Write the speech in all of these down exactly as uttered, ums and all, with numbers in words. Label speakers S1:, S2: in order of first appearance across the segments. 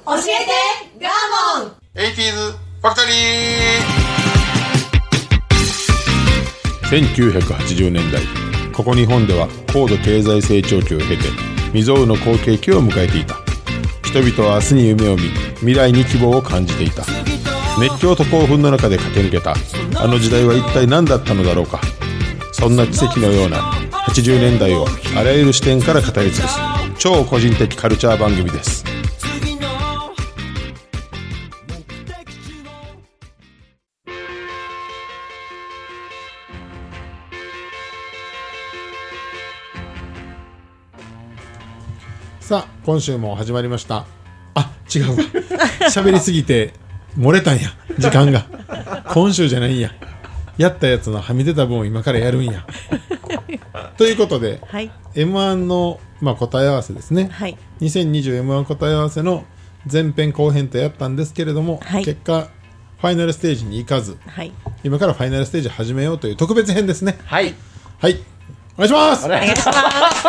S1: 教えてガーモン。
S2: エイティーズファクトリー。せんきゅうひゃくはちじゅうねんだい、ここ日本では高度経済成長期を経て未曾有の好景気を迎えていた。人々は明日に夢を見、未来に希望を感じていた。熱狂と興奮の中で駆け抜けたあの時代は一体何だったのだろうか。そんな奇跡のようなはちじゅうねんだいをあらゆる視点から語り尽くす超個人的カルチャー番組です。さあ今週も始まりました。あ、違うわ喋りすぎて漏れたんや、時間が今週じゃないんや、やったやつのはみ出た分を今からやるんやということで、はい、エムワン の、まあ、答え合わせですね、はい、にせんにじゅうエムワン 答え合わせの前編後編とやったんですけれども、はい、結果ファイナルステージに行かず、はい、今からファイナルステージ始めようという特別編ですね。はい、はい、お願いします。お願いします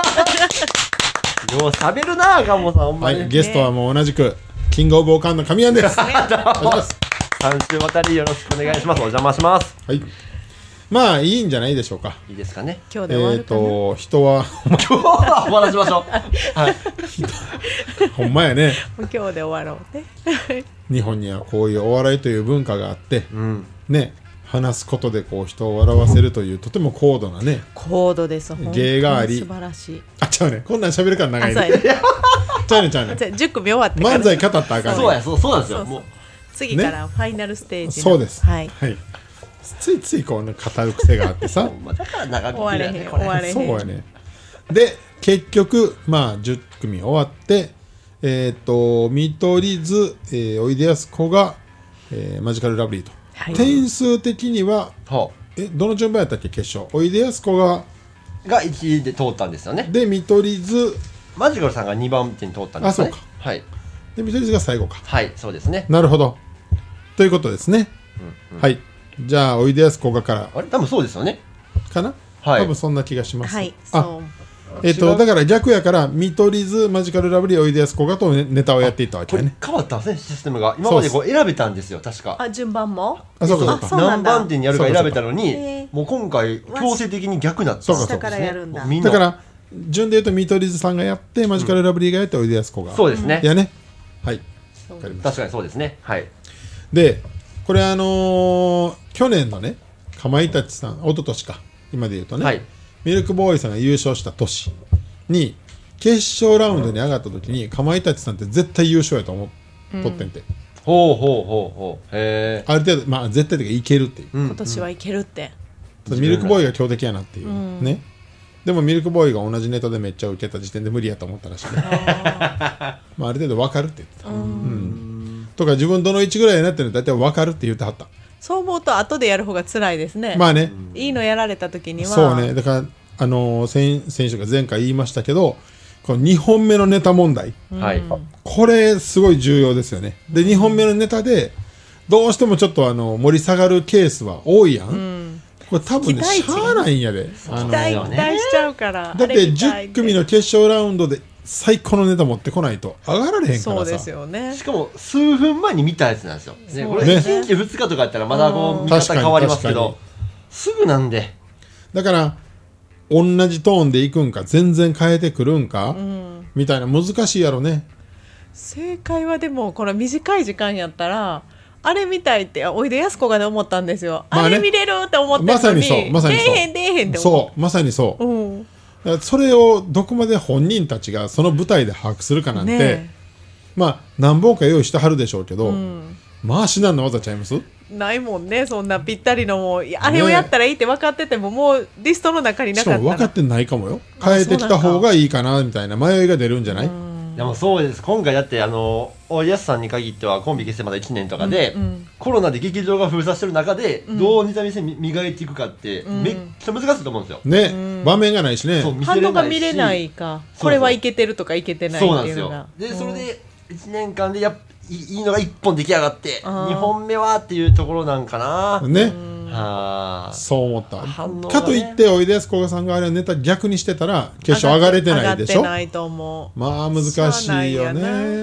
S3: よう喋るな、ガンモさん、ほんまに、
S2: はい、ゲストはもう同じくキングオブオカンの神谷です。お願いします。
S3: さん週渡りよろしくお願いします。お邪魔します。
S2: はい、まあいいんじゃないでしょうか。
S3: いいですかね。
S1: 今日で終わるかな。
S2: えーと人は
S3: 今日は終わらせましょう。はい。
S2: ほんまやね。
S1: 今日で終わろうね。
S2: 日本にはこういうお笑いという文化があって、うん、ね、話すことでこう人を笑わせるというとても高度なね、
S1: 高度です。
S2: 芸があり、
S1: 素晴らしい。
S2: あ、ちゃうね、こんなん喋るから長いね。ちゃうねちゃうね。
S1: じゃあじゅっ組終わってから
S2: 漫才語ったらあかんね。
S3: そうや、そうそうなんですよ。そうそう、もう
S1: 次からファイナルステージの、
S2: そうです、
S1: はい、
S2: はい、ついついこう、ね、語る癖があってさ
S3: だから長く
S1: 終われへん、終われへん。
S2: そうやね。で結局まあじゅっ組終わって、えー、と見取り図、えー、おいでやすこが、えー、マジカルラブリーと、はい、点数的には、はあ、えどの順番やったっけ。決勝おいでやすこが
S3: がいちいで通ったんですよね。
S2: で見取り図
S3: マジカルさんがにばん手に通ったんですね。
S2: あ、そうか、
S3: はい。
S2: で見取り図が最後か。
S3: はい、そうですね。
S2: なるほど、ということですね、うんうん、はい。じゃあおいでやすこがから
S3: あれ多分そうですよね
S2: かな、
S3: はい、
S2: 多分そんな気がします。
S1: はい、
S2: あ、
S1: そう、
S2: えー、とだから逆やから見取り図マジカルラブリーおいでやすこがとネタをやっていったわけね。
S3: これ変わったんですね、システムが。今までこう選べたんですよ確か。
S1: あ、順番も。
S2: あ、そうかそうか。
S3: 何番手にやるか選べたのに、もう今回強制的に逆になった。
S1: そうかそうか。下からやるんだ。
S2: だから順で言うと見取り図さんがやってマジカルラブリーがやっておいでやすこが、
S3: そうですね。
S2: いやね、はい、
S3: 確かにそうですね。はい。
S2: でこれあのー、去年のねかまいたちさん、一昨年か今で言うとね、はい、ミルクボーイさんが優勝した年に決勝ラウンドに上がった時にかまいたちさんって絶対優勝やと思っとってんて、うん、
S3: ほうほうほうほう、へー、
S2: ある程度まあ絶対的にいけるっていう、うん、
S1: 今年はいけるって、
S2: うん、ミルクボーイが強敵やなっていう、うん、ね。でもミルクボーイが同じネタでめっちゃ受けた時点で無理やと思ったらしい、ね、あ, まあある程度分かるって言ってた、うん、うん、とか自分どの位置ぐらいになってるの大体分かるって言ってはった。
S1: そう思うと後でやる方が辛いですね。
S2: まあね、
S1: いいのやられた時には
S2: そうね。だからあのー、先, 先週が前回言いましたけど、このにほんめのネタ問題、はい、これすごい重要ですよね。でにほんめのネタでどうしてもちょっとあの盛り下がるケースは多いやん、うん、これ多分ねしゃあないんやで、
S1: あのー、期待期待しちゃうから。
S2: だってじゅっ組の決勝ラウンドで最高のネタ持ってこないと上がられへんからさ。
S1: そうですよね。
S3: しかも数分前に見たやつなんですよ、ね、これいちにちふつかとかやったらまだこう見方変わりますけど、すぐなんで。
S2: だから同じトーンでいくんか全然変えてくるんか、うん、みたいな難しいやろね。
S1: 正解はでもこの短い時間やったらあれ見たいっておいでやすこがね思ったんですよ、まあね、あれ見れるって思ってるのに、まさにそうまさにそう、出えへん出えへんって思う。
S2: そうまさにそう、うん、それをどこまで本人たちがその舞台で把握するかなんて、ね、まあ何本か用意してはるでしょうけど、うん、まあ至難の技ちゃいます。
S1: ないもんね、そんなぴったりのもうあれをやったらいいって分かってても、ね、もうリストの中になかったら。
S2: しかも分かってないかもよ。変えてきた方がいいかなみたいな迷いが出るんじゃない。
S3: でもそうです。今回だってあのおいでやすさんに限ってはコンビ結成まだいちねんとかで、うんうん、コロナで劇場が封鎖してる中で、うん、どうネタ見せ磨いていくかって、うん、めっちゃ難しいと思うんですよ
S2: ね、うん、場面がないしね、
S1: 反応が見れないか、これはいけてるとかいけてないっていうのが。
S3: そうなんですよ。でそれでいちねんかんでやっいいのがいっぽん出来上がってにほんめはっていうところなんかな
S2: ね。はそう思った、ね、かといっておいでやすこがさんがあれネタ逆にしてたら決勝上がれてないでしょ。
S1: 上がってないと思う。
S2: まあ難しいよね。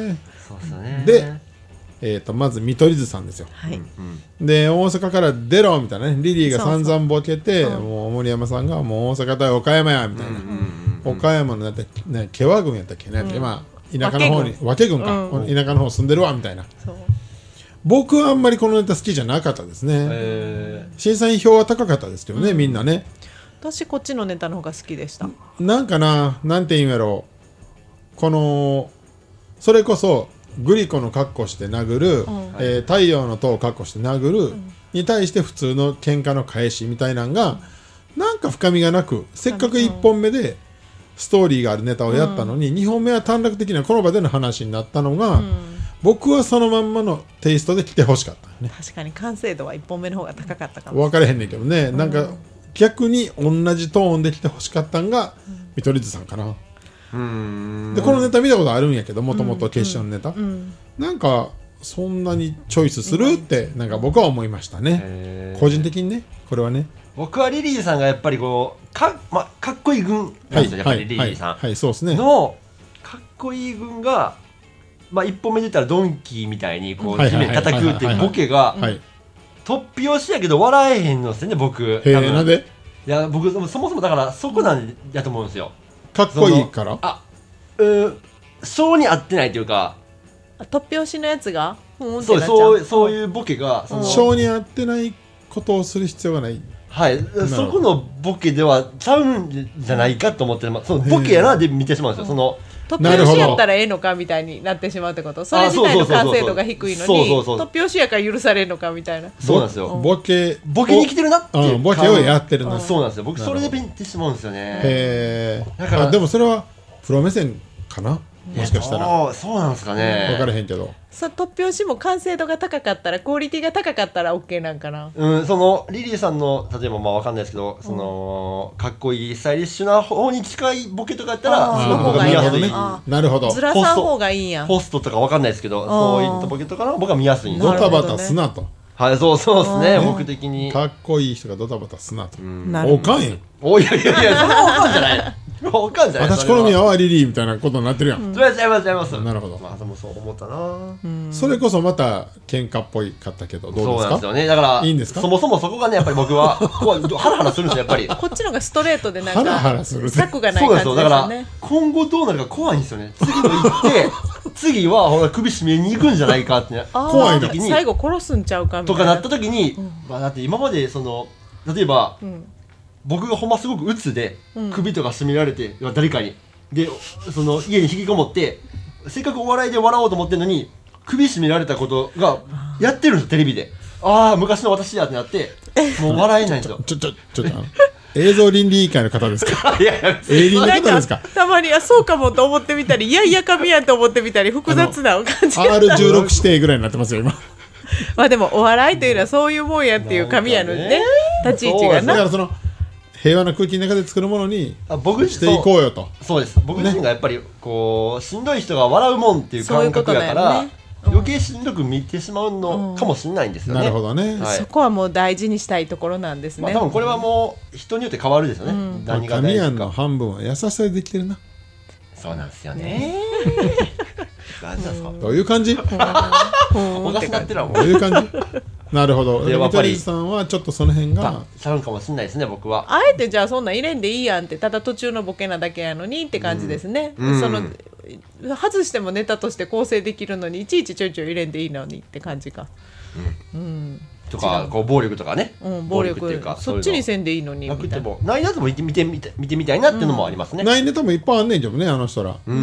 S3: そうですよね。
S2: で、えー、とまず見取り図さんですよ、
S1: はい、
S3: うん
S2: で大阪から出ろみたいなね、リリーが散々ボケて、
S1: そうそう、うん、
S2: もう森山さんがもう大阪対岡山やみたいな、うんうんうん、岡山のなんて、ね、毛和郡やったっけね、うん、まあ、田舎の方に和気郡か、うん、田舎の方住んでるわみたいな。そう、僕はあんまりこのネタ好きじゃなかったですね。審査員票は高かったですけどね、うん、みんなね。
S1: 私こっちのネタの方が好きでした。
S2: なんかな、なんて言うんやろう、このそれこそグリコの格好して殴る、うん、えー、太陽の塔を格好して殴る、うん、に対して普通の喧嘩の返しみたいなのが、うん、なんか深みがなく、せっかくいっぽんめでストーリーがあるネタをやったのに、うん、にほんめは短絡的なこの場での話になったのが、うん、僕はそのまんまのテイストで来てほしかったね。
S1: 確かに完成度はいっぽんめの方が高かったかも。
S2: 分かれへんねんけどね、うん、なんか逆に同じトーンで来てほしかったんが、うん、見取り図さんかな。うーん、でこのネタ見たことあるんやけど、もともと決勝のネタ、うんうん、なんかそんなにチョイスするってなんか僕は思いましたね、個人的にね。これはね、
S3: 僕はリリーさんがやっぱりこう か,、ま、かっこいい軍なんですよ、はい、やっぱりリリーさん、
S2: はいはいはい、そうですね、
S3: のかっこいい軍が、まあ、一本目で言ったらドンキーみたいにこう地面叩くっていうボケが突飛押しやけど笑えへんのですよね、僕。
S2: へー、なんで？
S3: いや、僕そもそもだからそこなんやと思うんですよ。
S2: かっこいいから、
S3: あ、うー、性に合ってないというか、
S1: 突拍子のやつが
S3: そうそうそういうボケが
S2: 性に合ってないことをする必要がない。
S3: はい、そこのボケではちゃうんじゃないかと思って、そのボケやなで見てしまうんですよ。その
S1: 突拍子やったらええのかみたいになってしまうってこと。それ自体の完成度が低いのに突拍子やから許されるのかみたいな。
S3: そうなんですよ。
S2: ボケ
S3: ボケに来てるなっていう、
S2: うん、ボケをやってるな。
S3: そうなんですよ。僕それで見てしまうんですよね。
S2: へー、だからでもそれはプロ目線かな、もしかしたら。
S3: そうなんですかね、
S2: 分からへんけど、
S1: さ、突拍子も完成度が高かったら、クオリティが高かったら OK なんかな。
S3: うん、そのリリーさんの例えばまあ分かんないですけど、その、うん、かっこいいスタイリッシュな方に近いボケとかやったらすごく僕が見やすい。
S2: なるほど、
S1: ずらさん方がいいんや。
S3: ホストとか分かんないですけど、そういったボケとかの僕は見やすいんです。
S2: ドタバタすなと。
S3: はい、そうそうですね、僕的に
S2: かっこいい人がドタバタすなと。
S3: お
S2: かんやん。
S3: おいやいやいや、それはおかんじゃないおかんじゃない。
S2: 私好みはリリーみたいなことになってるやん。
S3: それは違います違います。
S2: なるほど。
S3: まあでもそう思ったな。
S2: それこそまた喧嘩っぽいかったけど、どうですか。
S3: そうなんですよね。だから
S2: いいんですか。
S3: そもそもそこがね、やっぱり僕はこうハラハラするんですよ、やっぱり。
S1: こっちのがストレートでなんか
S2: ハラハラする。
S1: 策がない感じですよね。
S3: だから今後どうなるか怖いんですよね。次の行って次はほら首絞めに行くんじゃないかって
S2: 怖い
S1: 時に最後殺すんちゃうかみたいな
S3: とかなった時に、まあだって今までその例えば。僕がほんますごく鬱で、うん、首とか絞められて誰かにでその家に引きこもってせっかくお笑いで笑おうと思ってるのに首絞められたことがやってるんです、テレビで。ああ昔の私やってなってもう笑えないんですよ。
S2: ちょちょちょっと映像倫理委員会の方ですか。
S3: いやいや
S2: 営利の方ですか。
S1: たまにあそうかもと思ってみたりいやいや神やと思ってみたり複雑な感じが
S2: アールじゅうろく 指定ぐらいになってますよ今。
S1: まあでもお笑いというのはそういうもんやっていう神やのね立ち位置がな。
S2: だからその平和な空気の中で作るものにしていこうよと。
S3: そうです。僕自身がやっぱりこうしんどい人が笑うもんっていう感覚だから余計しんどく見てしまうのかもしれないんですよね。
S2: なるほどね、
S1: はい、そこはもう大事にしたいところなんですね。
S3: まあ、多分これはもう人によって変わるですよね、うん、
S2: 何が大事か。神谷の半分は優しさでできてるな。
S3: そうなんですよね。何ですか。
S2: どういう感じ。
S3: おかしなってるわ。
S2: どういう感じ。なるほど。見取り図さんはちょっとその辺が
S3: ちゃうかもしれないですね。僕は
S1: あえてじゃあそんなん入れんでいいやんって、ただ途中のボケなだけやのにって感じですね、うん、その外してもネタとして構成できるのにいちいちちょいちょい入れんでいいのにって感じか、うんうん、
S3: とかこう暴力とかね、
S1: うん、暴力っていうかそっちにせんでいいのにみたいな。
S3: ないなとも見てみて見て見てみたいなっていうのもありますね、
S2: うん、ないネタもいっぱいあんねんけどね、あの人ら。うん、うん、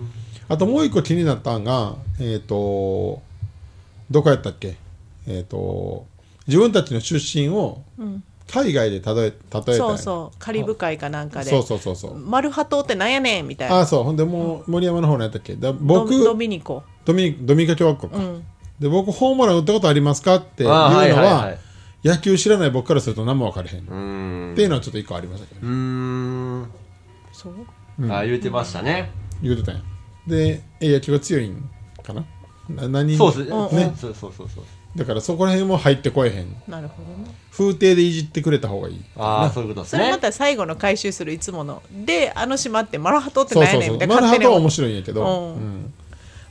S2: あともう一個気になったんが、えっとどこやったっけ、えー、と自分たちの出身を海外で例え、例えたい、
S1: そうそうカリブ海かなんかで
S2: そうそうそうそう
S1: マルハ島ってなんやねんみたいな。
S2: あそうほんでもう森山の方のやったっけだ僕
S1: ドミニコ
S2: ドミニドミニカ共和国か、うん、で僕ホームラン打ったことありますかっていうのは、はいはいはい、野球知らない僕からすると何も分かれへん、うーんっていうのはちょっと一個ありましたけど、ね、うーん
S1: そう、
S3: うん、あ言うてましたね。
S2: 言うてたんや。で野球が強いんかな。何
S3: そうですね、うんうん、そうそうそうそう
S2: だからそこら辺も入ってこえへん。
S1: なるほどね。
S2: 風景でいじってくれた方がいい。
S3: ああそういうことですね。
S1: それまた最後の回収するいつものであの島ってマラハトって何やねんみたいな。
S2: マラハトは面白いんやけど、うんうん、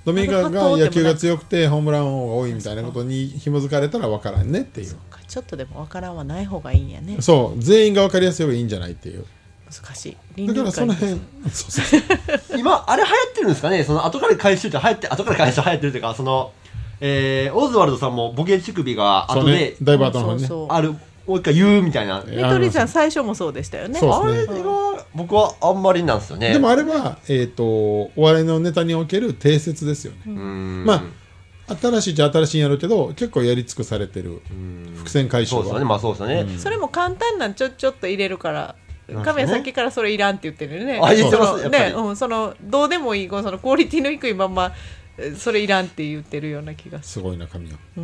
S2: ドミニカが野球が強くてホームラン王が多いみたいなことに紐づかれたら分からんねっていう。
S1: ちょっとでも分からんはない方がいいんやね。
S2: そう全員が分かりやすい方がいいんじゃないっていう。
S1: 難し
S2: い。だからその辺そうそうそう
S3: 今あれ流行ってるんですかね。その後から回収って流行って後から回収流行ってるっていうか、その、えー、オズワルドさんもボケ乳首が後で、ね、
S2: だいぶ後の方にね
S3: あるもう一回言うみたいな。
S1: ネトリちゃん最初もそうでしたよね。
S3: あれが僕はあんまりなんですよね。
S2: でもあれは、えー、とお笑いのネタにおける定説ですよね。うんまあ新しいっちゃ新しいんやろうけど結構やり尽くされてる伏線回収は。
S3: そうですよね。まあそうですよね、
S1: うん、それも簡単なんちょちょっと入れるから神谷さっきからそれいらんって言ってるよね。
S3: あ言ってます
S1: ね、うん、そのどうでもいいそのクオリティの低いままそれいらんって言ってるような気がする。
S2: すごいな神谷、
S1: うん、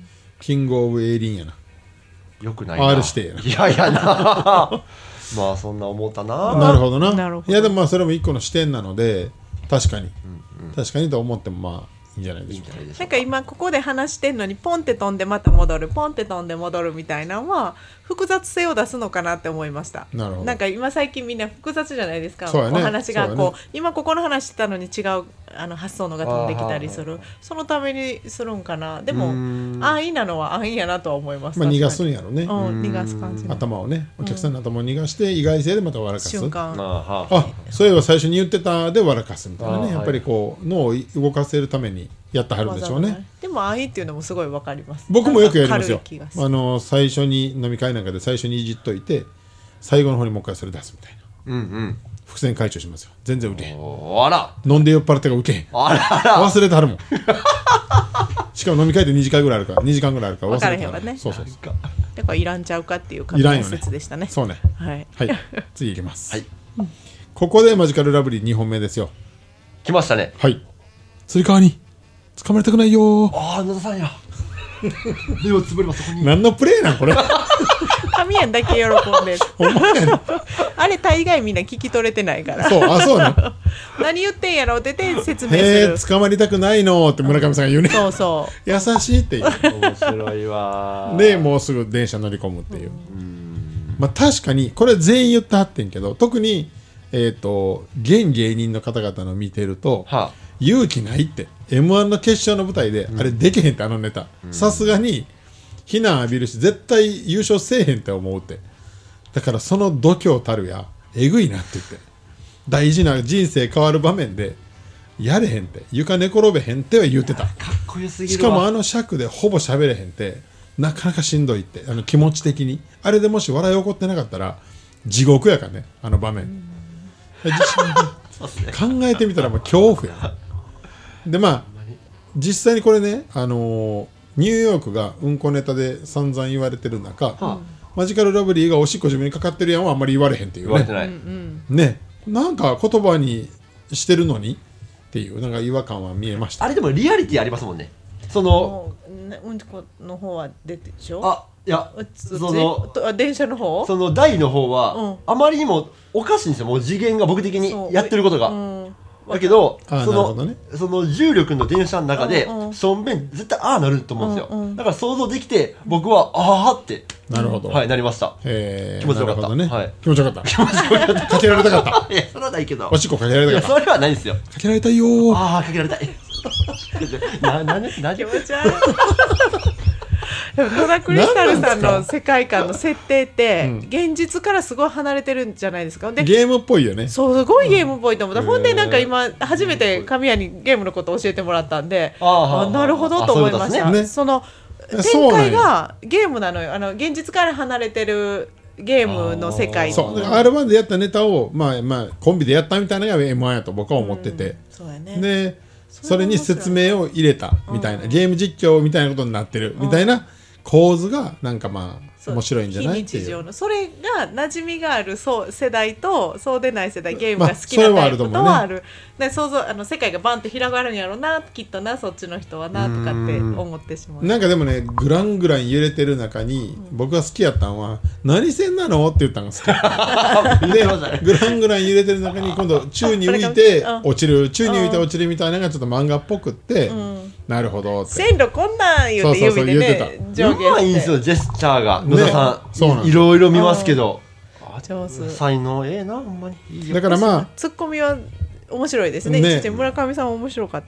S2: キングオブエイリンやな。
S3: よくないな
S2: R してやな。
S3: いやいやなまあそんな思ったな。
S2: なるほどな。
S1: なるほど。
S2: いやでもまあそれも一個の視点なので確かに、うんうん、確かにと思ってもまあいいんじゃないでしょうか。
S1: なんか今ここで話してんのにポンって飛んでまた戻るポンって飛んで戻るみたいなのは複雑性を出すのかなって思いました。
S2: なるほど。
S1: なんか今最近みんな複雑じゃないですか。
S2: そうやね、
S1: お話がこう、
S2: そうやね、
S1: 今ここの話してたのに違うあの発想のが飛んできたりする。そのためにするんかな。でも安易なのは安易やなとは思います。
S2: まあ逃がすんやろね、
S1: うん、逃がす感じ。
S2: 頭をねお客さんの頭を逃がして意外性でまた笑かす
S1: 瞬間。
S2: ああそういえば最初に言ってたで笑かすみたいなね。やっぱりこう脳を動かせるためにやってはるんでしょうね。
S1: でも安易っていうのもすごいわかります。
S2: 僕もよくやりますよ。あの最初に飲み会なんかで最初にいじっといて最後の方にもう一回それ出すみたいな、うんうん、伏線回収しますよ。全然ウケへん。
S3: あら
S2: 飲んで酔っ払ってがウケへん。あらら忘れてはるもんしかも飲み会ってにじかんぐらいあるからにじかんぐらいあるから忘れてはる。
S1: ね、
S2: そうそうそう。
S1: だからいらんちゃうかっていう感じの説でしたね。
S2: そうね。
S1: はい、
S2: はい、次いきます、はい、
S1: うん、
S2: ここでマジカルラブリーにほんめですよ。
S3: 来ましたね。
S2: はい。つり革に掴まれたくないよ。
S3: ああ野田さんや目をつぶればそこに
S2: 何のプレイなんこれ
S1: 神谷だけ喜んでる
S2: お前や
S1: あれ大概みんな聞き取れてないから
S2: そうあそうな
S1: 何言ってんやろって言って説明する。
S2: へえ捕まりたくないのって村上さんが言うね。
S1: そうそう
S2: 優しいっていう
S3: 面白いわ
S2: でもうすぐ電車乗り込むっていう、うん、まあ確かにこれ全員言ってはってんけど特にえっ、ー、と現芸人の方々の見てると、はあ、勇気ないって エムワン の決勝の舞台で、うん、あれできへんってあのネタさすがに非難浴びるし絶対優勝せえへんって思うって。だからその度胸たるやえぐいなって言って大事な人生変わる場面でやれへんって床寝転べへんっては言ってた。
S3: かっこよすぎるわ。
S2: しかもあの尺でほぼ喋れへんってなかなかしんどいってあの気持ち的にあれでもし笑い起こってなかったら地獄やからねあの場面考えてみたらもう恐怖やでまあ実際にこれねあのー、ニューヨークがうんこネタで散々言われてる中、はあ、マジカルラブリーがおしっこ自分にかかってるやんはあんまり言われへんっていうね。
S3: 言われてない、
S2: ねなんか言葉にしてるのにっていうなんか違和感は見えました。
S3: あれでもリアリティありますもんね。その
S1: うんこの方は出てでしょ。
S3: あいやその
S1: 電車の方
S3: その台の方は、うん、あまりにもおかしいんですよ。もう次元が僕的にやってることが、うん、だけどその、ね、その重力の電車の中で、うんうん、しょんべん絶対ああなると思うんですよ、うんうん、だから想像できて僕はああって
S2: なるほど、
S3: はい、なりました。
S2: 気
S3: 持ちよかった、
S2: ね
S3: はい、
S2: 気持ちよかった気持ちよかったかけられたかった
S3: いやそれはないけど
S2: おしっこかけられたかった。
S3: いやそれはないんですよ。か
S2: けられたいよ
S3: ああかけられたいななな
S1: 気持ち悪いでも野田クリスタルさんの世界観の設定って現実からすごい離れてるんじゃないですか。で
S2: ゲームっぽいよね。
S1: そうすごいゲームっぽいと思った、うん、ほんでなんか今初めて神谷にゲームのことを教えてもらったんで、ああなるほどと思いました。 そ, ね、その展開がゲームなのよ。あの現実から離れてるゲームの世界。
S2: そう アールワン でやったネタを、まあまあ、コンビでやったみたいなのが エムワン やと僕は思ってて、うん、
S1: そうやね。
S2: でそれに説明を入れたみたいな、うん、ゲーム実況みたいなことになってるみたいな構図がなんかまあ面白いんじゃないっていう。
S1: 非日常のそれが馴染みがあるそう世代とそうでない世代ゲームが好きなタイプとはある、まあ、ね、想像あの世界がバンって広がるんやろうなきっとなそっちの人はなとかって思ってしまう。
S2: なんかでもねグラングラン揺れてる中に、うん、僕が好きやったのは何線なのって言ったのが好きでグラングラン揺れてる中に今度宙に浮いて落ちる宙に浮いて落ちるみたいなのがちょっと漫画っぽくって、うん、なるほどって
S1: 線路こんなん言って指でね
S3: 上下していいんですよジェスチャーが野田さん、ね、いろいろ見ますけど、
S1: 上手
S3: 才能ええなほんまに。
S2: だからまあ
S1: ツッコミは面白いですね。ね村上さんは面白かったです。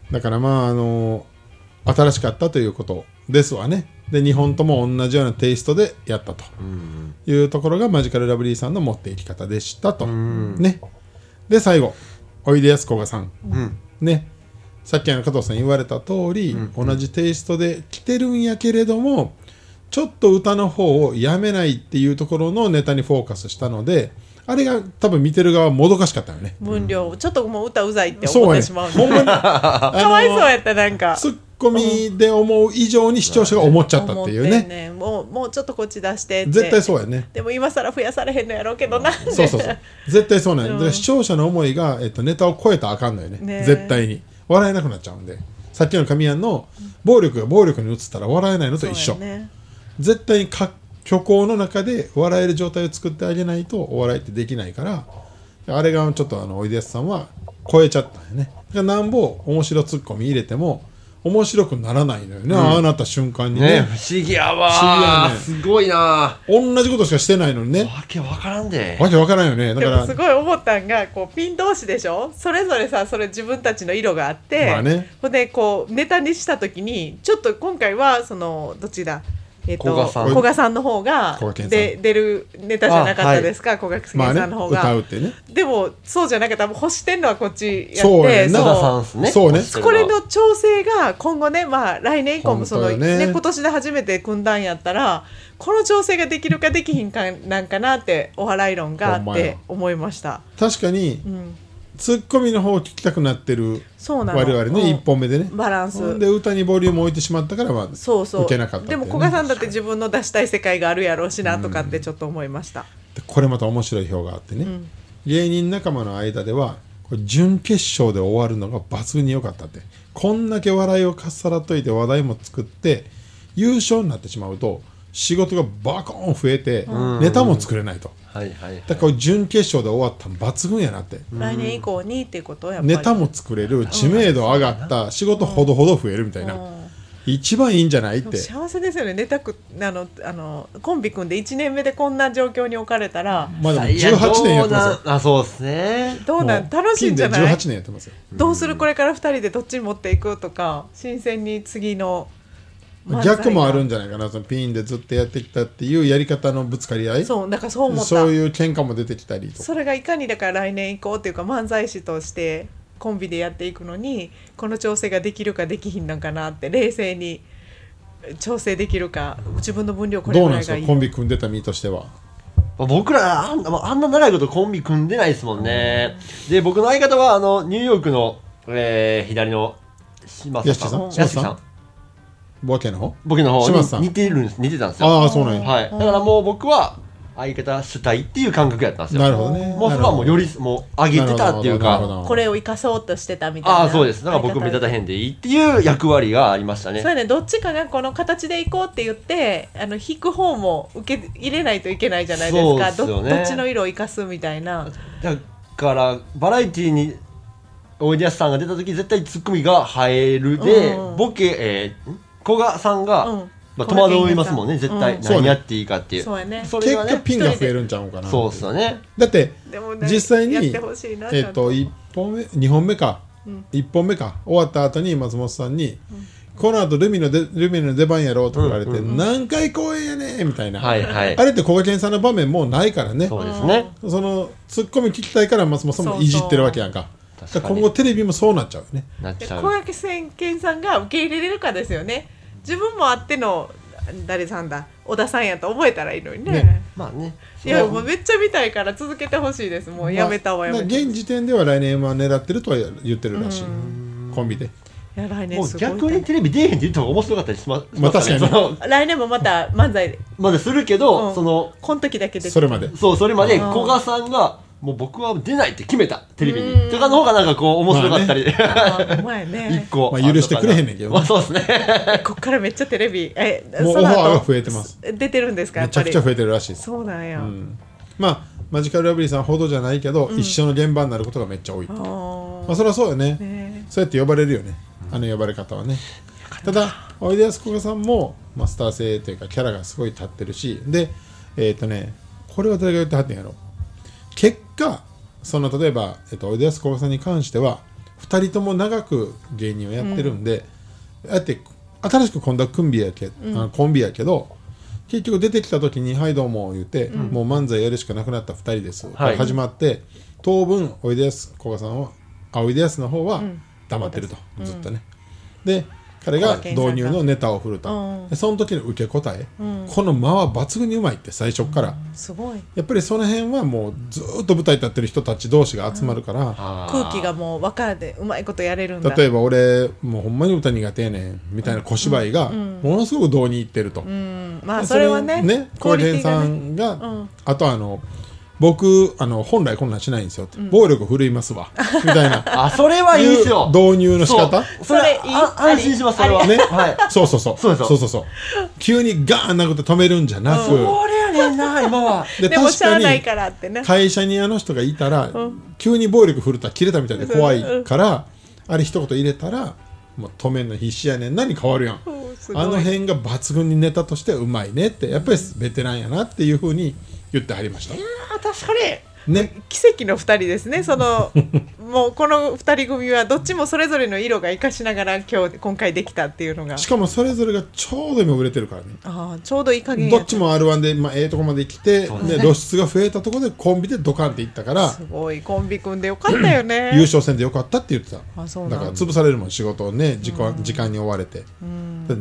S2: だからまああの新しかったということですわね。でにほんとも同じようなテイストでやったというところがマジカルラブリーさんの持っていき方でしたと、ね。で最後おいでやすこがさん、うん、ね、さっきあの加藤さん言われた通り、うん、同じテイストで来てるんやけれどもちょっと歌の方をやめないっていうところのネタにフォーカスしたので、あれが多分見てる側はもどかしかったよね。
S1: 分量、うん、ちょっともう歌うざいって思ってしまう、ね、ほんまにかわいそうやったなんか
S2: ツッコミで思う以上に視聴者が思っちゃったっていうね、
S1: ね、もう、もうちょっとこっち出してって
S2: 絶対そうやね。
S1: でも今更増やされへんのやろうけどな、うん、
S2: そうそうそう絶対そうなんや、うん、で視聴者の思いが、えっと、ネタを超えたらあかんのよ ね, ね絶対に笑えなくなっちゃうんで、さっきの神谷の暴力が暴力に移ったら笑えないのと一緒、ね、絶対にか虚構の中で笑える状態を作ってあげないとお笑いってできないから、あれがちょっとあのおいでやすさんは超えちゃったんよね。だからなんぼ面白ツッコミ入れても面白くならないのよね、うん、ああなった瞬間に ね,
S3: ね不思議やわ不思議やね、すごいな、
S2: 同じことしかしてないのにね、
S3: わけわからんで
S2: わけわからんよね。だから
S1: でもすごい思ったんがこうピン同士でしょ、それぞれさそれ自分たちの色があって、まあね、ほんでこうネタにした時にちょっと今回はそのどっちだえー、と古賀さんの方がで出るネタじゃなかったですか、古賀健さんの方が、まあね、歌うってね、でもそうじゃなくて欲してんのはこっちやって、そうね、
S3: そう
S2: そうね、
S1: これの調整が今後ね、まあ、来年以降もその、ねね、今年で初めて組んだんやったらこの調整ができるかできひんかなんかなってお笑い論があって思いました。
S2: 確かに、うん、ツッコミの方を聞きたくなってる我々ね、うん、いっぽんめでね
S1: バランス
S2: で歌にボリューム置いてしまったから、まあ、
S1: そうそう
S2: 受けなかったっていうね。
S1: でも古賀さんだって自分の出したい世界があるやろうしなとかってちょっと思いました、
S2: うん、これまた面白い表があってね、うん、芸人仲間の間ではこれ準決勝で終わるのが抜群に良かったって、こんだけ笑いをかっさらっといて話題も作って優勝になってしまうと仕事がバコーン増えて、うん、ネタも作れないと、はいはいはい、だから準決勝で終わったの抜群やなって、
S1: 来年以降にっていうことはやっぱり
S2: ネタも作れる、知名度上がった、仕事ほどほど増えるみたいな、うん、一番いいんじゃないって。
S1: 幸せですよね。ネタくあのあのコンビ組んでいちねんめでこんな状況に置かれたら、
S2: まだじゅうはちねんやってますよ。
S3: あ、そうですね。
S1: どうなん楽しいんじゃない。
S2: じゅうはちねんやってますよ。
S1: どうするこれからふたりでどっちに持っていくとか、新鮮に次の
S2: 逆もあるんじゃないかな、そのピンでずっとやってきたっていうやり方のぶつかり合い、
S1: そうだからそう思った、
S2: そういう喧嘩も出てきたりとか、
S1: それがいかにだから来年以降っていうか漫才師としてコンビでやっていくのにこの調整ができるかできひんのかなって冷静に調整できるか、自分の分量これぐらいがいい。
S2: どうなんですかコンビ組んでた身としては。
S3: 僕らあんあんな長いことコンビ組んでないですもんね、うん、で僕の相方はあのニューヨークの、えー、左の島さん
S2: さん
S3: やしさん
S2: ボケの方
S3: ボケの方に似てるんです似てたんですよ。
S2: ああそうなんや、
S3: はい、だからもう僕は相方主体っていう感覚やったんですよ。
S2: なるほどね。
S3: もうそれはもうよりもう上げてたっていうか
S1: これを生かそうとしてたみたいな。
S3: ああそうです。だから僕目立たへんでいいっていう役割がありましたね。
S1: そうやね、どっちかがこの形でいこうって言ってあの引く方も受け入れないといけないじゃないですか。
S3: そうですよね。
S1: ど, どっちの色を生かすみたいな。
S3: だからバラエティにおいでやすさんが出た時絶対ツッコミが入るで、うん、ボケ、えー、古賀さんが、うんまあ、戸惑いますもんね絶対、うん、何やっていいかっていう。
S1: そうやね。
S2: それがね結果ピンが増えるんちゃうかな。
S3: そうっすよね。
S2: だって
S1: でも、
S2: ね、実際にえっ、ー、といっぽんめにほんめか、うん、いっぽんめか終わった後に松本さんに、うん、この後ルミのでルミの出番やろうと言われて、うんうんうん、何回公演やねんみたいな、はいはい、あれってこがけんさんの場面もうないからね。
S3: そうですね。
S2: そのツッコミ聞きたいから松本さんもいじってるわけやんか。そうそう今後テレビもそうなっちゃうよね。
S1: なっちゃう。こがけんさんが受け入れれるかですよね。自分もあっての誰さんだ小田さんやと思えたらいいのに ね, ね
S3: まあね
S1: いやもうめっちゃ見たいから続けてほしいです。もうやめたわやめた、
S2: まあ、現時点では来年は狙ってるとは言ってるらしいコンビで。
S1: いや来年
S3: もう逆にテレビ出えへんって言った方が面白かったりします、
S2: まあ、確かに
S1: 来年もまた漫才
S3: まだするけど、うん、その
S1: この時だけで
S2: それまで
S3: そうそれまで古賀さんがもう僕は出ないって決めたテレビにとかの方がなんかこう面白かったり、まあね、
S1: 前ね
S3: 一個、
S2: まあ、許してくれへんねんけど、ね、
S3: まあ、そうですね
S1: こっからめっちゃテレビえ
S2: もうオファーが増えてます。
S1: 出てるんですか。やっぱり
S2: めちゃくちゃ増えてるらしいです。
S1: そうなんや、うん、
S2: まあマジカルラブリーさんほどじゃないけど、うん、一緒の現場になることがめっちゃ多い。あ、まあそれはそうよね、ねそうやって呼ばれるよね、あの呼ばれ方はね。ただおいでやすこがさんもマスター性というかキャラがすごい立ってるしでえっ、ー、とねこれは誰が言ってはってんやろ結果その例えば、えっと、おいでやすこがさんに関してはふたりとも長く芸人をやってるんで、うん、あって新しく今度はコンビやけ、うん、あコンビやけど結局出てきた時に「はいどうも」言うて、うん、もう漫才やるしかなくなったふたりです、はい、始まって当分おいでやすこがさんはあおいでやすの方は黙ってると、うん、ずっとね、で彼が導入のネタを振ると、うん、でその時の受け答え、うん、この間は抜群にうまいって最初から、
S1: うん、すごい
S2: やっぱりその辺はもうずっと舞台立ってる人たち同士が集まるから、うん、
S1: 空気がもう分かってうまいことやれるんだ。
S2: 例えば俺もうほんまに歌苦手やねんみたいな小芝居がものすごく胴にいってると、うんうん、
S1: まあそれはね
S2: ね小池さんが、うん、あとあの僕あの本来こんなんしないんですよって、うん、暴力振るいますわみたいな
S3: あそれはいいですよ
S2: 導入の仕方
S3: それいい安心しますそれは
S2: ね、はい、そうそうそうそうそうそうそう急にガーン殴って止めるんじゃなく、
S3: うん、それやねんな今は
S1: で, でもしゃあないからってね
S2: 会社にあの人がいたら、うん、急に暴力振るったら切れたみたいで怖いから、うん、あれ一言入れたらもう止めんの必死やねんなに変わるやん、うん、あの辺が抜群にネタとしてうまいねってやっぱりベテランやなっていうふうに言ってはりました。
S1: いや確かに
S2: ね、
S1: 奇跡のふたりですね。そのもうこのふたり組はどっちもそれぞれの色が生かしながら今日今回できたっていうのが、
S2: しかもそれぞれがちょうど今売れてるからね。
S1: あちょうどいい加減
S2: どっちも アールワン で、まあ、ええとこまで来て、で露出が増えたところでコンビでドカンっていったから
S1: すごいコンビ組んでよかったよね
S2: 優勝戦でよかったって言ってた。
S1: あそう
S2: だから潰されるもん仕事をね時間、うん、時間に追われて、うん、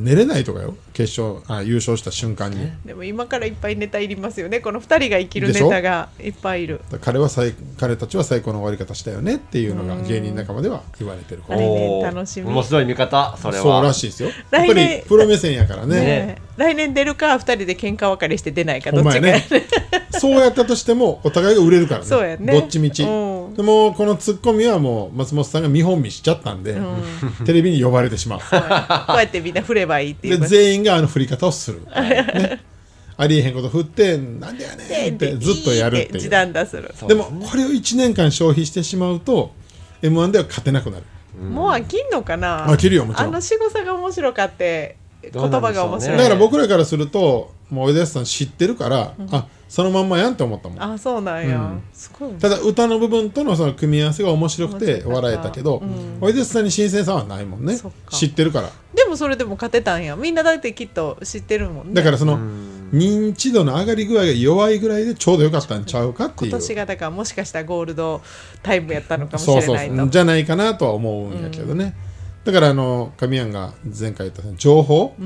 S2: 寝れないとかよ決勝あ優勝した瞬間に。
S1: でも今からいっぱいネタいりますよね。このふたりが生きるネタがいっぱいいる。
S2: 彼は最彼たちは最高の終わり方したよねっていうのが芸人仲間では言われてるから、
S1: 来年楽しみ。
S3: 面白い見方それは
S2: そうらしいですよ。やっぱりプロ目線やからね。
S1: ね来年出るかふたりで喧嘩別れして出ないかどっちか、ね、
S2: そうやったとしてもお互いが売れるからね。
S1: そうやね
S2: どっちみち、うん、でもこのツッコミはもう松本さんが見本見しちゃったんで、うん、テレビに呼ばれてしまうこ
S1: うやってみんな振ればいいっていう
S2: で全員があの振り方をする、ね、ありえへんこと振ってなんでやねんってずっとやるっていう。
S1: 時短だする。
S2: でもこれをいちねんかん消費してしまうと エムワン では勝てなくなる。
S1: うん、もう飽きんのかな。
S2: 飽きるよもちろん。
S1: あの仕草が面白かって言葉が面白い、
S2: ね、だから僕らからするともうおいでやすさん知ってるから、うん、あそのまんまやんって思ったもん。
S1: あそうなんや、うん、すごい。
S2: ただ歌の部分とのその組み合わせが面白くて笑えたけど、うん、おいでやすさんに新鮮さはないもんね。知ってるから。
S1: でもそれでも勝てたんや。みんなだってきっと知ってるもんね。
S2: だからその認知度の上がり具合が弱いぐらいでちょうどよかったんちゃうかっていう。
S1: 今年がだからもしかしたらゴールドタイムやったのかもしれないと。
S2: そうそうじゃないかなとは思うんやけどね、うん、だからあの神谷が前回言った情報、うん、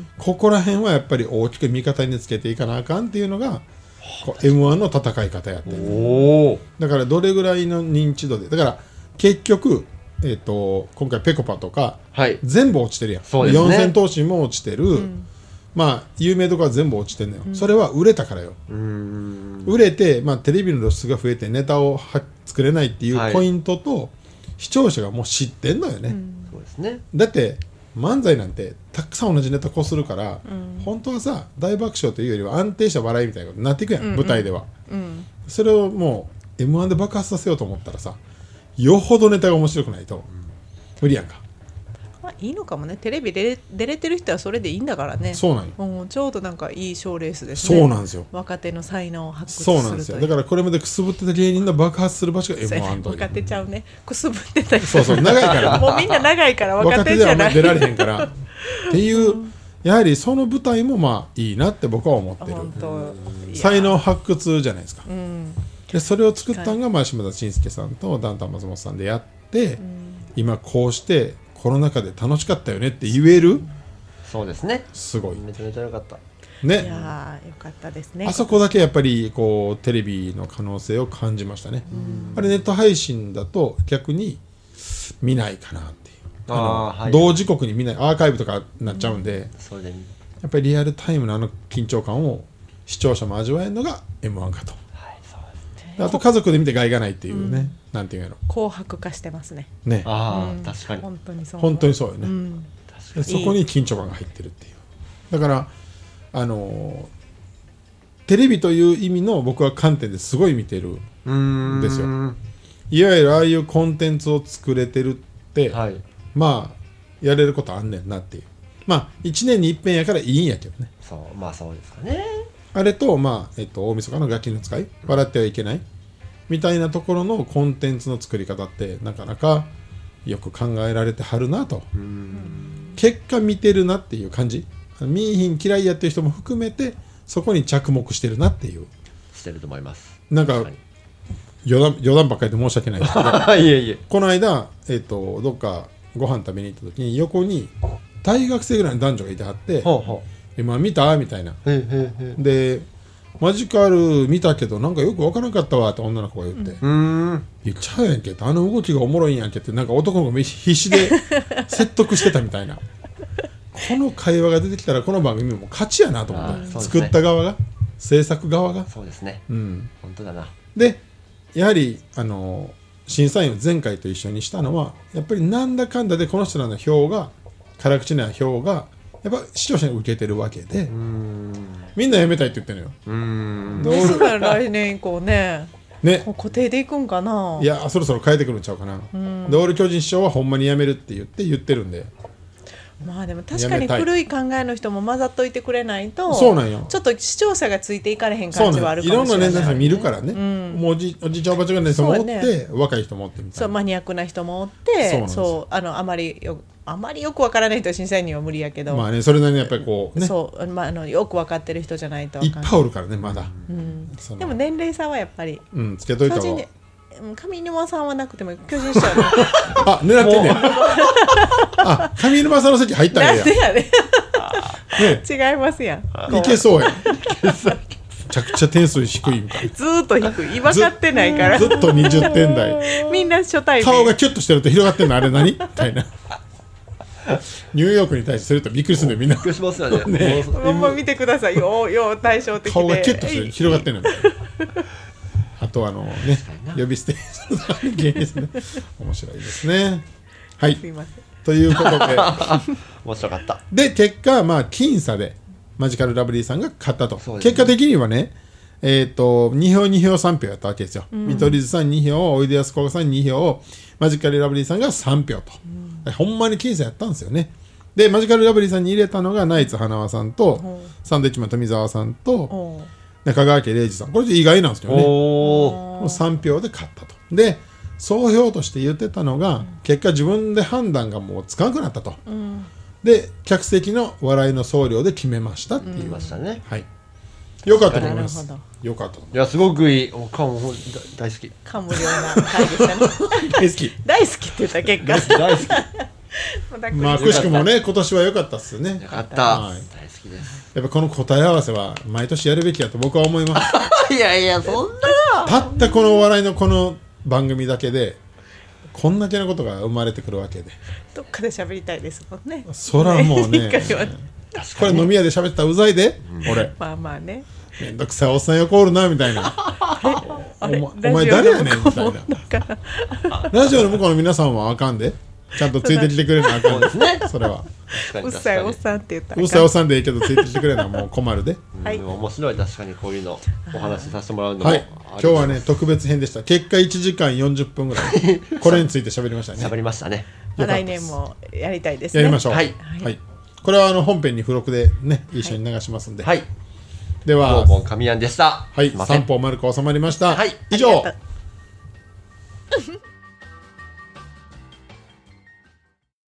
S2: ここら辺はやっぱり大きく味方につけていかなあかんっていうのがエムワン の戦い方やってる。おだからどれぐらいの認知度でだから結局えー、と今回ぺこぱとか、はい、全部落ちてるやん。そうですね、四千頭身も落ちてる、うん、まあ有名とかは全部落ちてるのよ、うん、それは売れたからよ。うーん売れて、まあ、テレビの露出が増えてネタをは作れないっていうポイントと、はい、視聴者がもう知ってんのよね、うん、そうですね。だって漫才なんてたくさん同じネタこするから、うん、本当はさ大爆笑というよりは安定した笑いみたいなことになっていくやん、うんうん、舞台では、うん、それをもう エムワン で爆発させようと思ったらさよほどネタが面白くないと無理やんか。
S1: まあ、いいのかもね。テレビで出れてる人はそれでいいんだからね。
S2: そうなんよ、
S1: うん、ちょうどなんかいい賞レースですね。
S2: そうなんですよ。
S1: 若手の才能を発掘するという。
S2: そうなんですよ。だからこれまでくすぶってた芸人の爆発する場所が エムワン という。
S1: 若手ちゃうね。くすぶってた人
S2: そうそう長いから
S1: もうみんな長いから若手じゃない
S2: 若手では出られへんからっていう、うん、やはりその舞台もまあいいなって僕は思ってる。本当才能発掘じゃないですか、うん、でそれを作ったのが、まあ、島田紳介さんとダウンタウン松本さんでやって、うん、今こうしてコロナ禍で楽しかったよねって言える。
S3: そうですね。
S2: すごい。
S3: めちゃめちゃ良かった
S2: ね。
S1: いやよかったですね。
S2: あそこだけやっぱりこうテレビの可能性を感じましたね。あれネット配信だと逆に見ないかなっていう。ああ、はい、同時刻に見ないアーカイブとかになっちゃうんで、うん、それでやっぱりリアルタイムのあの緊張感を視聴者も味わえるのが エムワン かと。あと家族で見て害がないっていうね、うん、なんていうの
S1: 紅白化してますね。
S2: ね、
S3: ああ、うん、確かに
S1: 本当にそう。
S2: 本当にそうよね。うん、確かにそこに緊張感が入ってるっていう。だからあのー、テレビという意味の僕は観点ですごい見てるんですよ。いわゆるああいうコンテンツを作れてるって、はい、まあやれることあんねんなっていう。まあいちねんに一遍やからいいんやけどね。
S3: そうまあそうですかね。
S2: あれと、まあえっと、大晦日のガキの使い笑ってはいけないみたいなところのコンテンツの作り方ってなかなかよく考えられてはるなと、結果見てるなっていう感じ、見いひん嫌いやってる人も含めてそこに着目してるなっていう、
S3: してると思います。
S2: なんか
S3: 確かに
S2: 余談余談ばっかりで申し訳ないですけど
S3: いえいえ。
S2: この間、えー、とどっかご飯食べに行った時に横に大学生ぐらいの男女がいてはって
S3: ほうほ
S2: 「今見た?」みたいな。
S3: う。へえへえへえ。
S2: でマジカル見たけどなんかよく分からなかったわって女の子が言って、
S3: うーん。
S2: 言っちゃうやんけってあの動きがおもろいんやんけってなんか男の子も必死で説得してたみたいなこの会話が出てきたらこの番組も勝ちやなと思って、
S3: あーそうですね
S2: 作った側が制作側が、
S3: そうですね。
S2: うん、
S3: 本当だな。
S2: でやはりあの審査員を前回と一緒にしたのはやっぱりなんだかんだでこの人らの票が辛口な票がやっぱ視聴者に受けてるわけで、
S3: うーん。
S2: みんなやめたいって言ってるのよ。
S3: うーん。
S2: で
S1: どうする来年以降ね
S2: ね、
S1: 固定でいくんかな。
S2: いやそろそろ変えてくるんちゃうかな、
S1: ん
S2: でオール巨人師匠はほんまにやめるって言って言ってるんで、
S1: まあでも確かに
S2: やめたい
S1: 古い考えの人も混ざっといてくれないと
S2: そうなんよ
S1: ちょっと視聴者がついていかれへん
S2: そう
S1: 感じはあ
S2: なんよいろん
S1: るかもしれない
S2: な年代の人見るからね、
S1: ん
S2: もうおじおじいちゃんおばちゃんの人もおって、
S1: そうや
S2: 若い人もおってみたいうな。
S1: そマニアックな人もおっ
S2: そうなん
S1: て
S2: です
S1: そうあのあまりよあまりよくわからない人は審査員には無理やけど、
S2: まあねそれなりにやっぱりこうね
S1: そう、まあ、あのよくわかってる人じゃないと
S2: いっ
S1: わかんない
S2: ぱいおるからねまだ、
S1: うん
S2: その
S1: でも年齢差はやっぱり
S2: うんつけといた方が
S1: 巨人でうん上沼さんはなくても巨人師匠の
S2: あ狙ってんねんあ上沼さんの席入ったんや
S1: なんでやね
S2: ね
S1: 違いますやん
S2: いけそうやめちゃくちゃ点数低いみたい
S1: ずーっと低い分かってないから
S2: ずっとにじゅってん台
S1: みんな初対面
S2: 顔がキュッとしてると広がってんのあれ何みたいなニューヨークに対してするとびっくりするんだよみんな
S3: びっくりしますよね。
S2: ね
S3: もう
S1: ほんま見てくださいよよう対照的で
S2: 顔がキュッとしてる広がってるのみたいなあとあのね呼び捨て芸人ですね面白いですねはい
S1: すいません
S2: ということで
S3: 面白かった。
S2: で結果まあ僅差でマジカルラブリーさんが勝ったと、
S3: そうですね
S2: 結果的にはねえっ、とに票に票さん票やったわけですよ、見取り図さんに票おいでやすこがさんに票マジカルラブリーさんがさん票と、ほんまに僅差やったんですよね。でマジカルラブリーさんに入れたのがナイツ花輪さんと、サンドウィッチマン富澤さんと
S1: おう
S2: 中川家礼二さん、これで意外なんですけどね、
S3: おお。
S2: さん票で勝ったと。で総評として言ってたのが、結果自分で判断がもうつかなくなったと、
S1: うん
S2: で客席の笑いの総量で決めましたっていう、
S3: 言いましたね。
S2: はい、よかったと思います
S1: なるほ
S2: よかったと思い
S3: いやすごくいい。おかもほんだ大好き。
S1: 感無量な回でしたね
S2: ます大好き
S1: 大好きって言った結果
S3: 大好き。
S2: まあくしくもね今年は良かったっすよね。
S3: よかった。
S2: はい
S3: 大好きです。
S2: やっぱこの答え合わせは毎年やるべきやと僕は思います
S3: いやいやそんな。
S2: たったこのお笑いのこの番組だけでこんだけのことが生まれてくるわけで、
S1: どっかで喋りたいですもんね
S2: そらもうね
S1: 一回はね
S2: これ飲み屋で喋ったらうざいで、俺
S1: まあまあね
S2: めんどくさいおっさん横おるなみたいな
S1: あれ
S2: お前お前誰やねんみたいな
S1: ラジオの向こうもなんか
S2: ラジオの向こうの皆さんはあかんでちゃんとついてきてくれなあかんですねそれは
S3: 確かに
S1: うっさいおっ
S3: 確か
S1: さんって言ったら
S2: うっさいおっさんでいいけどついてきてくれなもう困るで。
S3: に。
S1: はい
S3: でも面白い確かにこういうのお話しさせてもらうのも。
S2: はい今日はね特別編でした。結果いちじかんよんじゅっぷんぐらいこれについて喋りましたね。
S3: 喋りましたね。
S1: まあ
S2: よかったです
S1: 来年もやりたいですね
S2: やりましょう。
S3: はい
S2: はいこれはあの本編に付録でね一緒に流しますんで、
S3: はい。
S2: では
S3: ボーボン神谷でした。
S2: はい
S3: すいません
S2: 三歩丸く収まりました、
S3: はい
S2: 以上
S1: ありがとう